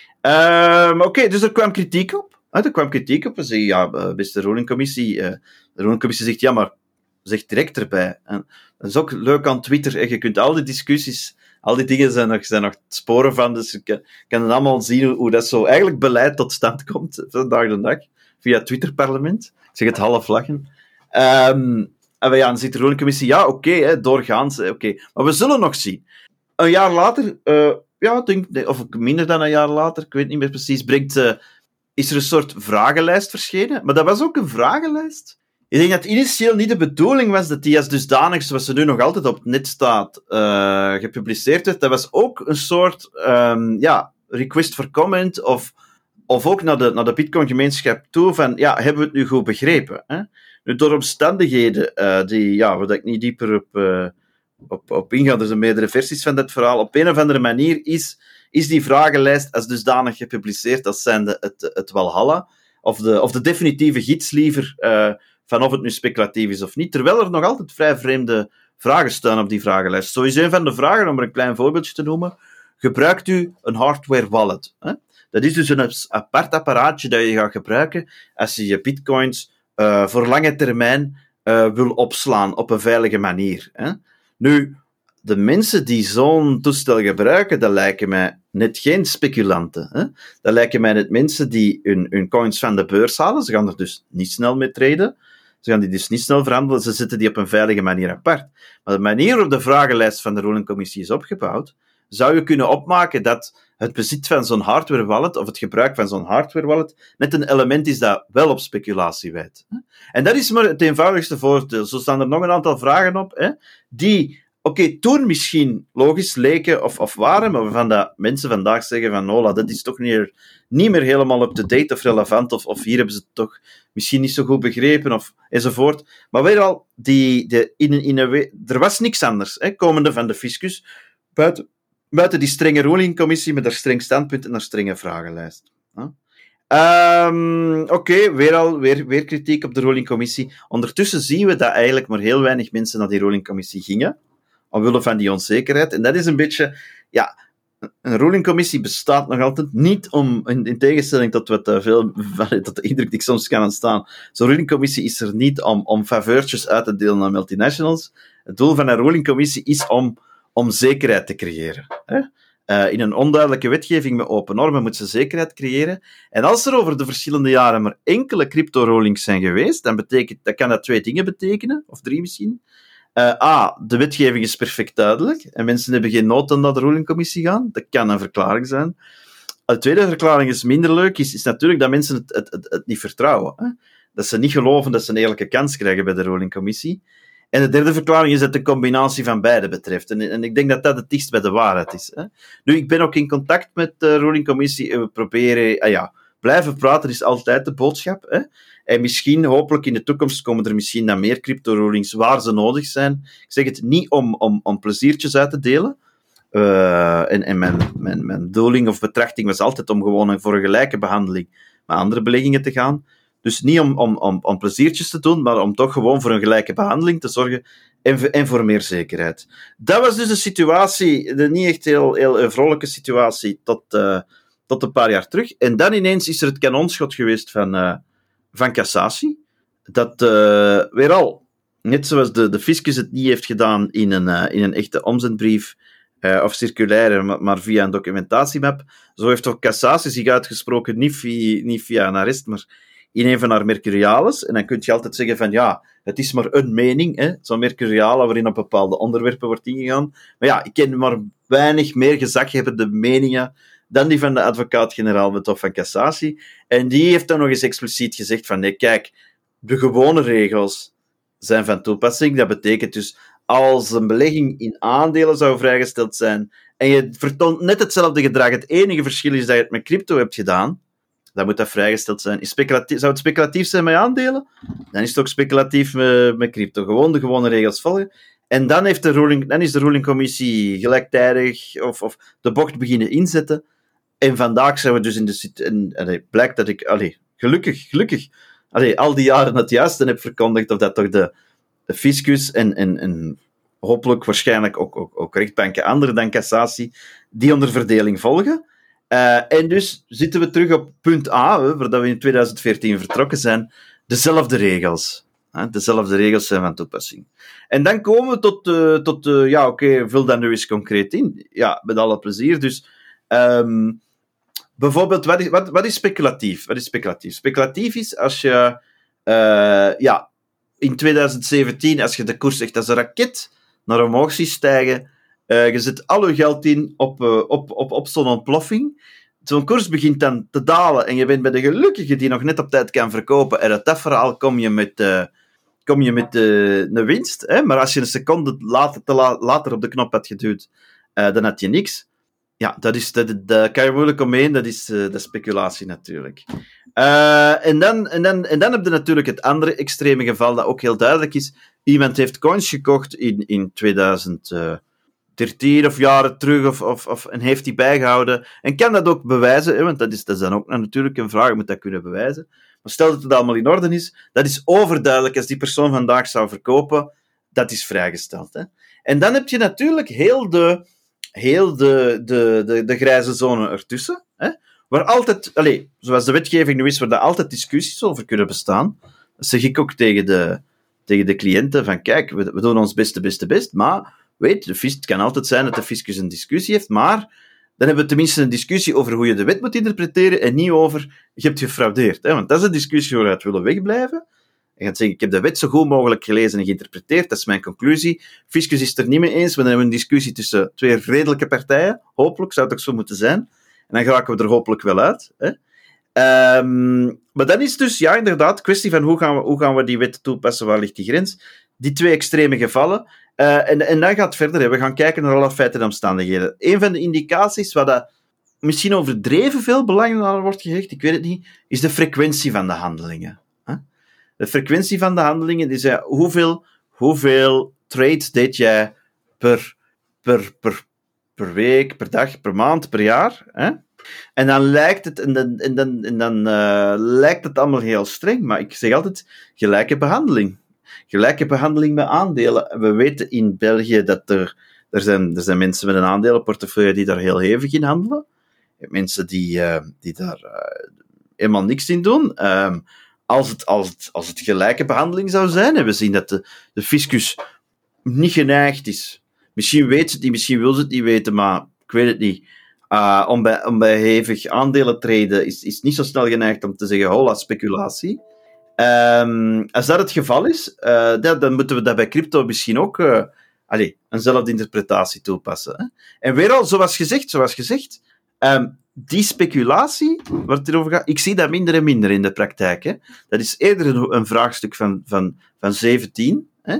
Uh, Oké, okay, dus er kwam kritiek op. Hè? Er kwam kritiek op. En zei, ja, beste rulingcommissie. Uh, de rulingcommissie zegt, ja, maar zeg direct erbij. En dat is ook leuk aan Twitter. En je kunt al die discussies, al die dingen zijn nog, zijn nog sporen van. Dus je kan, kan het allemaal zien hoe, hoe dat zo eigenlijk beleid tot stand komt. Vandaag de dag. Via het Twitter-parlement. Ik zeg het half lachen. Um, en ja, dan zit de rulingcommissie, ja, oké, okay, doorgaans, oké. Okay. Maar we zullen nog zien. Een jaar later, uh, ja, denk, of minder dan een jaar later, ik weet niet meer precies, brengt, uh, is er een soort vragenlijst verschenen. Maar dat was ook een vragenlijst. Ik denk dat initieel niet de bedoeling was dat die als dusdanig, zoals ze nu nog altijd op het net staat, uh, gepubliceerd werd. Dat was ook een soort, um, ja, request for comment, of, of ook naar de, naar de Bitcoin-gemeenschap toe, van, ja, hebben we het nu goed begrepen, hè? Nu, door omstandigheden, uh, die, ja, waar ik niet dieper op, uh, op, op inga, er zijn meerdere versies van dat verhaal, op een of andere manier is, is die vragenlijst als dusdanig gepubliceerd als zijnde het, het Walhalla, of de, of de definitieve gids liever, uh, van of het nu speculatief is of niet, terwijl er nog altijd vrij vreemde vragen staan op die vragenlijst. Zo is een van de vragen, om er een klein voorbeeldje te noemen, gebruikt u een hardware wallet? Hè? Dat is dus een apart apparaatje dat je gaat gebruiken als je je bitcoins Uh, voor lange termijn uh, wil opslaan op een veilige manier. Hè? Nu, de mensen die zo'n toestel gebruiken, dat lijken mij net geen speculanten. Hè? Dat lijken mij net mensen die hun, hun coins van de beurs halen. Ze gaan er dus niet snel mee traden. Ze gaan die dus niet snel verhandelen. Ze zetten die op een veilige manier apart. Maar de manier waarop de vragenlijst van de Ruling Commissie is opgebouwd, zou je kunnen opmaken dat het bezit van zo'n hardware wallet, of het gebruik van zo'n hardware wallet, net een element is dat wel op speculatie wijt. En dat is maar het eenvoudigste voordeel. Zo staan er nog een aantal vragen op, hè, die, oké, okay, toen misschien logisch leken of, of waren, maar waarvan dat mensen vandaag zeggen van, hola, dat is toch niet meer, niet meer helemaal up-to-date of relevant, of, of hier hebben ze het toch misschien niet zo goed begrepen, of enzovoort. Maar weer al, die, de, in, in een, er was niks anders, hè, komende van de fiscus, buiten... Buiten die strenge rulingcommissie met haar streng standpunt en haar strenge vragenlijst. Huh? Um, Oké, okay, weer al weer, weer kritiek op de rulingcommissie. Ondertussen zien we dat eigenlijk maar heel weinig mensen naar die rulingcommissie gingen, omwille van die onzekerheid. En dat is een beetje... Ja, een rulingcommissie bestaat nog altijd niet om, in, in tegenstelling tot, wat, uh, veel, tot de indruk die ik soms kan ontstaan, zo'n rulingcommissie is er niet om, om faveurtjes uit te delen aan multinationals. Het doel van een rulingcommissie is om om zekerheid te creëren. Hè? Uh, in een onduidelijke wetgeving met open normen moet ze zekerheid creëren. En als er over de verschillende jaren maar enkele crypto-rulings zijn geweest, dan, betekent, dan kan dat twee dingen betekenen, of drie misschien. Uh, A, de wetgeving is perfect duidelijk, en mensen hebben geen nood om naar de rulingcommissie gaan. Dat kan een verklaring zijn. De tweede verklaring is minder leuk, is, is natuurlijk dat mensen het, het, het, het niet vertrouwen. Hè? Dat ze niet geloven dat ze een eerlijke kans krijgen bij de rulingcommissie. En de derde verklaring is dat de combinatie van beide betreft. En, en ik denk dat dat het dichtst bij de waarheid is. Hè. Nu, ik ben ook in contact met de rulingcommissie en we proberen... Ah ja, blijven praten is altijd de boodschap. Hè. En misschien, hopelijk in de toekomst, komen er misschien dan meer crypto-rulings waar ze nodig zijn. Ik zeg het niet om, om, om pleziertjes uit te delen. Uh, en en mijn, mijn, mijn bedoeling of betrachting was altijd om gewoon voor een gelijke behandeling met andere beleggingen te gaan. Dus niet om, om, om, om pleziertjes te doen, maar om toch gewoon voor een gelijke behandeling te zorgen en, en voor meer zekerheid. Dat was dus de situatie, de niet echt heel, heel vrolijke situatie, tot, uh, tot een paar jaar terug. En dan ineens is er het kanonschot geweest van, uh, van cassatie. Dat uh, weer al, net zoals de, de fiscus het niet heeft gedaan in een, uh, in een echte omzendbrief uh, of circulaire, maar, maar via een documentatiemap, zo heeft ook cassatie zich uitgesproken, niet via, niet via een arrest, maar in een van haar mercuriales. En dan kun je altijd zeggen van, ja, het is maar een mening, hè, zo'n mercuriale waarin op bepaalde onderwerpen wordt ingegaan. Maar ja, ik ken maar weinig meer gezaghebbende meningen dan die van de advocaat-generaal met Hof van Cassatie. En die heeft dan nog eens expliciet gezegd van, nee, kijk, de gewone regels zijn van toepassing. Dat betekent dus, als een belegging in aandelen zou vrijgesteld zijn en je vertoont net hetzelfde gedrag, het enige verschil is dat je het met crypto hebt gedaan, dan moet dat vrijgesteld zijn. Is speculatief, zou het speculatief zijn met aandelen? Dan is het ook speculatief met, met crypto. Gewoon de gewone regels volgen. En dan, heeft de ruling, dan is de rulingcommissie gelijktijdig of, of de bocht beginnen inzetten. En vandaag zijn we dus in de... En, en het blijkt dat ik... Allee, gelukkig, gelukkig... Allee, al die jaren het juiste heb verkondigd, of dat toch de, de fiscus en, en, en hopelijk waarschijnlijk ook, ook, ook rechtbanken andere dan cassatie, die onder verdeling volgen. Uh, en dus zitten we terug op punt A, hè, waar we in twintig veertien vertrokken zijn. Dezelfde regels. Hè, dezelfde regels zijn van toepassing. En dan komen we tot, uh, tot uh, ja, oké, okay, vul dat nu eens concreet in. Ja, met alle plezier. Dus, um, bijvoorbeeld, wat is, wat, wat is speculatief? Wat is speculatief? Speculatief is als je, uh, ja, in twintig zeventien, als je de koers echt als een raket naar omhoog ziet stijgen, Uh, je zet al je geld in op, uh, op, op, op zo'n ontploffing. Zo'n koers begint dan te dalen en je bent bij de gelukkige die nog net op tijd kan verkopen. En uit dat verhaal kom je met, uh, kom je met uh, een winst. Hè? Maar als je een seconde later, te la- later op de knop had geduwd, uh, dan had je niks. Ja, dat, is, dat, dat kan je moeilijk omheen. Dat is uh, de speculatie natuurlijk. Uh, en, dan, en, dan, en dan heb je natuurlijk het andere extreme geval dat ook heel duidelijk is. Iemand heeft coins gekocht in, in tweeduizend dertien of jaren terug of, of, of, en heeft die bijgehouden. En kan dat ook bewijzen, hè, want dat is, dat is dan ook natuurlijk een vraag, je moet dat kunnen bewijzen. Maar stel dat het allemaal in orde is, dat is overduidelijk als die persoon vandaag zou verkopen, dat is vrijgesteld. Hè. En dan heb je natuurlijk heel de, heel de, de, de, de grijze zone ertussen, hè, waar altijd, allez, zoals de wetgeving nu is, waar er altijd discussies over kunnen bestaan. Dat zeg ik ook tegen de, tegen de cliënten van, kijk, we, we doen ons beste, beste, best, maar, weet, de fis, het kan altijd zijn dat de fiscus een discussie heeft, maar dan hebben we tenminste een discussie over hoe je de wet moet interpreteren en niet over, je hebt gefraudeerd. Hè? Want dat is een discussie waar we uit willen wegblijven. Je gaat zeggen, ik heb de wet zo goed mogelijk gelezen en geïnterpreteerd, dat is mijn conclusie. Fiscus is het er niet mee eens, maar dan hebben we een discussie tussen twee redelijke partijen, hopelijk, zou het ook zo moeten zijn. En dan geraken we er hopelijk wel uit. Hè? Um, maar dan is het dus, ja, inderdaad, kwestie van hoe gaan we, hoe gaan we die wet toepassen, waar ligt die grens? Die twee extreme gevallen. Uh, en, en dan gaat het verder, hè. We gaan kijken naar alle feiten en omstandigheden. Een van de indicaties waar dat misschien overdreven veel belang aan wordt gehecht, ik weet het niet, is de frequentie van de handelingen. Huh? De frequentie van de handelingen, dus ja, hoeveel, hoeveel trades deed jij per, per, per, per week, per dag, per maand, per jaar? Hè? En dan lijkt het, en dan, en dan, en dan uh, lijkt het allemaal heel streng, maar ik zeg altijd gelijke behandeling. Gelijke behandeling met aandelen. We weten in België dat er, er, zijn, er zijn mensen met een aandelenportefeuille die daar heel hevig in handelen. Mensen die, uh, die daar uh, helemaal niks in doen. Um, als, het, als, het, als het gelijke behandeling zou zijn, en we zien dat de, de fiscus niet geneigd is. Misschien weet ze het niet, misschien wil ze het niet weten, maar ik weet het niet. Uh, om, bij, om bij hevig aandelen treden is, is niet zo snel geneigd om te zeggen, hola, speculatie. Um, als dat het geval is, uh, dat, dan moeten we dat bij crypto misschien ook uh, allez, eenzelfde interpretatie toepassen. Hè? En weer al, zoals gezegd, zoals gezegd um, die speculatie, waar het erover gaat, ik zie dat minder en minder in de praktijk. Hè? Dat is eerder een, een vraagstuk van, van, van zeventien, hè?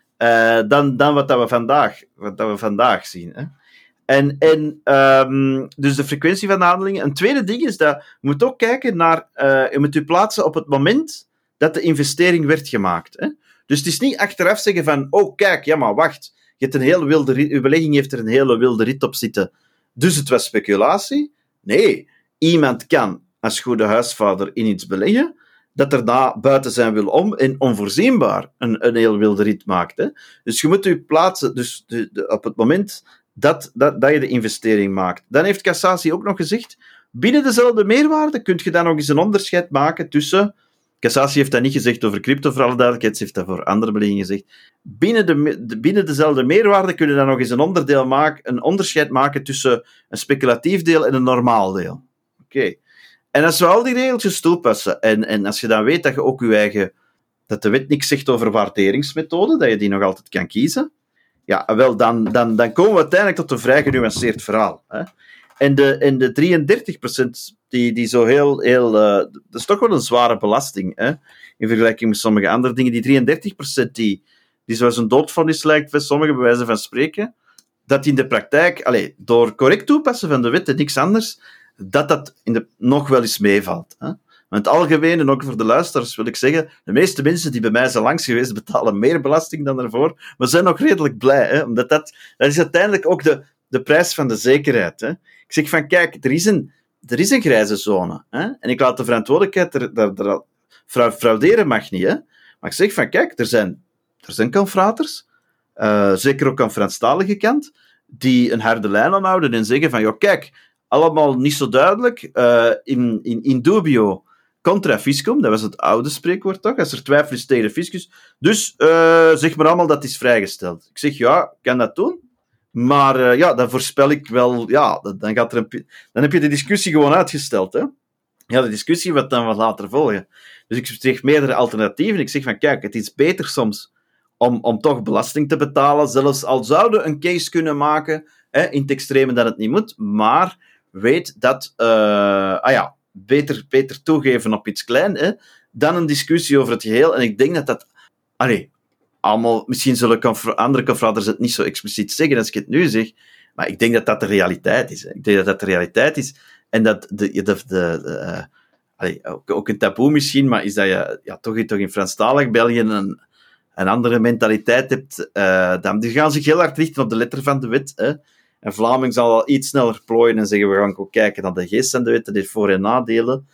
Uh, dan, dan wat, dat we vandaag, wat dat we vandaag zien. Hè? En, en um, dus de frequentie van de handelingen. Een tweede ding is dat je moet ook kijken naar, uh, je moet je plaatsen op het moment dat de investering werd gemaakt. Hè? Dus het is niet achteraf zeggen van, oh kijk, ja maar wacht, je hebt een hele wilde rit, uw belegging heeft er een hele wilde rit op zitten, dus het was speculatie. Nee, iemand kan als goede huisvader in iets beleggen, dat er daar buiten zijn wil om en onvoorzienbaar een, een heel wilde rit maakt. Hè? Dus je moet je plaatsen dus de, de, op het moment dat, dat, dat je de investering maakt. Dan heeft Cassatie ook nog gezegd, binnen dezelfde meerwaarde kun je dan nog eens een onderscheid maken tussen... Cassatie heeft dat niet gezegd over crypto, voor alle duidelijkheid, ze heeft dat voor andere beleggingen gezegd. Binnen, de, de, binnen dezelfde meerwaarde kun je dan nog eens een, onderdeel maken, een onderscheid maken tussen een speculatief deel en een normaal deel. Oké. Okay. En als we al die regeltjes toepassen, en, en als je dan weet dat je ook je eigen... dat de wet niks zegt over waarderingsmethode, dat je die nog altijd kan kiezen, ja, wel, dan, dan, dan komen we uiteindelijk tot een vrij genuanceerd verhaal. Hè? En de, en de drieëndertig procent, die, die zo heel... heel uh, dat is toch wel een zware belasting, hè? In vergelijking met sommige andere dingen. Die drieëndertig procent, die, die zoals een doodvonnis lijkt, bij sommigen bij wijze van spreken, dat die in de praktijk, allez, door correct toepassen van de wet en niks anders, dat dat in de, nog wel eens meevalt. Hè? Maar in het algemeen, en ook voor de luisteraars wil ik zeggen, de meeste mensen die bij mij zijn langs geweest, betalen meer belasting dan ervoor, maar zijn nog redelijk blij, hè? Omdat dat, dat is uiteindelijk ook de, de prijs van de zekerheid. Hè? Ik zeg van, kijk, er is een, er is een grijze zone. Hè? En ik laat de verantwoordelijkheid er, er, er, er frauderen mag niet. Hè? Maar ik zeg van, kijk, er zijn, er zijn confraters, uh, zeker ook aan Franstalige kant, die een harde lijn aanhouden en zeggen van, joh, kijk, allemaal niet zo duidelijk, uh, in, in, in dubio contra fiscum, dat was het oude spreekwoord toch, als er twijfel is tegen de fiscus, dus uh, zeg maar allemaal dat is vrijgesteld. Ik zeg, ja, ik kan dat doen, maar uh, ja, dan voorspel ik wel, ja, dan, gaat er een, dan heb je de discussie gewoon uitgesteld, hè. Ja, de discussie wat dan wat later volgen. Dus ik zeg meerdere alternatieven, ik zeg van, kijk, het is beter soms om, om toch belasting te betalen, zelfs al zouden een case kunnen maken, hè, in het extreme dat het niet moet, maar weet dat, uh, ah ja, beter, beter toegeven op iets klein, hè, dan een discussie over het geheel. En ik denk dat dat, allee, allemaal, misschien zullen conf- andere confraters het niet zo expliciet zeggen als ik het nu zeg, maar ik denk dat dat de realiteit is. Hè. Ik denk dat dat de realiteit is. En dat de, de, de, de uh, allee, ook, ook een taboe misschien, maar is dat je ja, toch, toch in Franstalig België een, een andere mentaliteit hebt. Uh, dan, die gaan zich heel hard richten op de letter van de wet. Hè. En Vlaming zal al iets sneller plooien en zeggen, we gaan ook kijken naar de geest van de wet, dat heeft voor- en nadelen.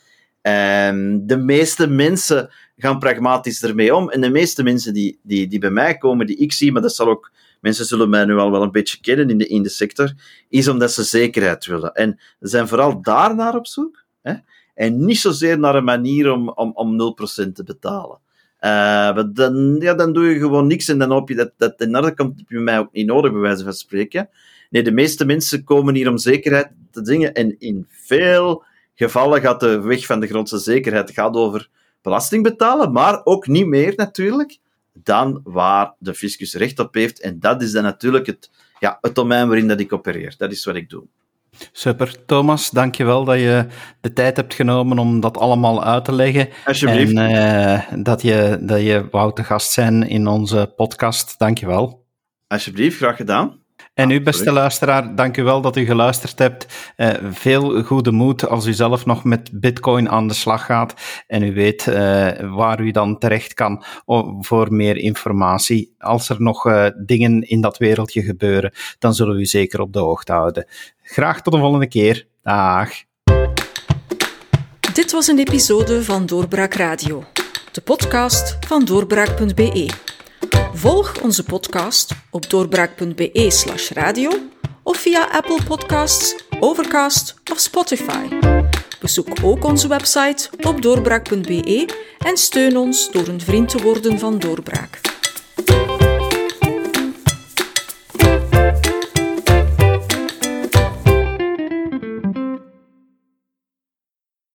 En de meeste mensen gaan pragmatisch ermee om. En de meeste mensen die, die, die bij mij komen, die ik zie, maar dat zal ook, mensen zullen mij nu al wel een beetje kennen in de, in de sector, is omdat ze zekerheid willen. En ze zijn vooral daar naar op zoek. Hè? En niet zozeer naar een manier om, om, om nul procent te betalen. Uh, dan, ja, dan doe je gewoon niks en dan hoop je dat, dat in orde komt, heb je mij ook niet nodig, bij wijze van spreken. Nee, de meeste mensen komen hier om zekerheid te dingen en in veel gevallen gaat de weg van de grondse zekerheid gaat over belasting betalen, maar ook niet meer natuurlijk dan waar de fiscus recht op heeft. En dat is dan natuurlijk het, ja, het domein waarin dat ik opereer. Dat is wat ik doe. Super. Thomas, dankjewel dat je de tijd hebt genomen om dat allemaal uit te leggen. Alsjeblieft. En uh, dat, je, dat je wou te gast zijn in onze podcast. Dankjewel. Alsjeblieft, graag gedaan. En u, beste luisteraar, dank u wel dat u geluisterd hebt. Uh, veel goede moed als u zelf nog met Bitcoin aan de slag gaat en u weet uh, waar u dan terecht kan voor meer informatie. Als er nog uh, dingen in dat wereldje gebeuren, dan zullen we u zeker op de hoogte houden. Graag tot de volgende keer. Dag. Dit was een episode van Doorbraak Radio, de podcast van doorbraak punt b e. Volg onze podcast op doorbraak punt b e slash radio of via Apple Podcasts, Overcast of Spotify. Bezoek ook onze website op doorbraak punt b e en steun ons door een vriend te worden van Doorbraak.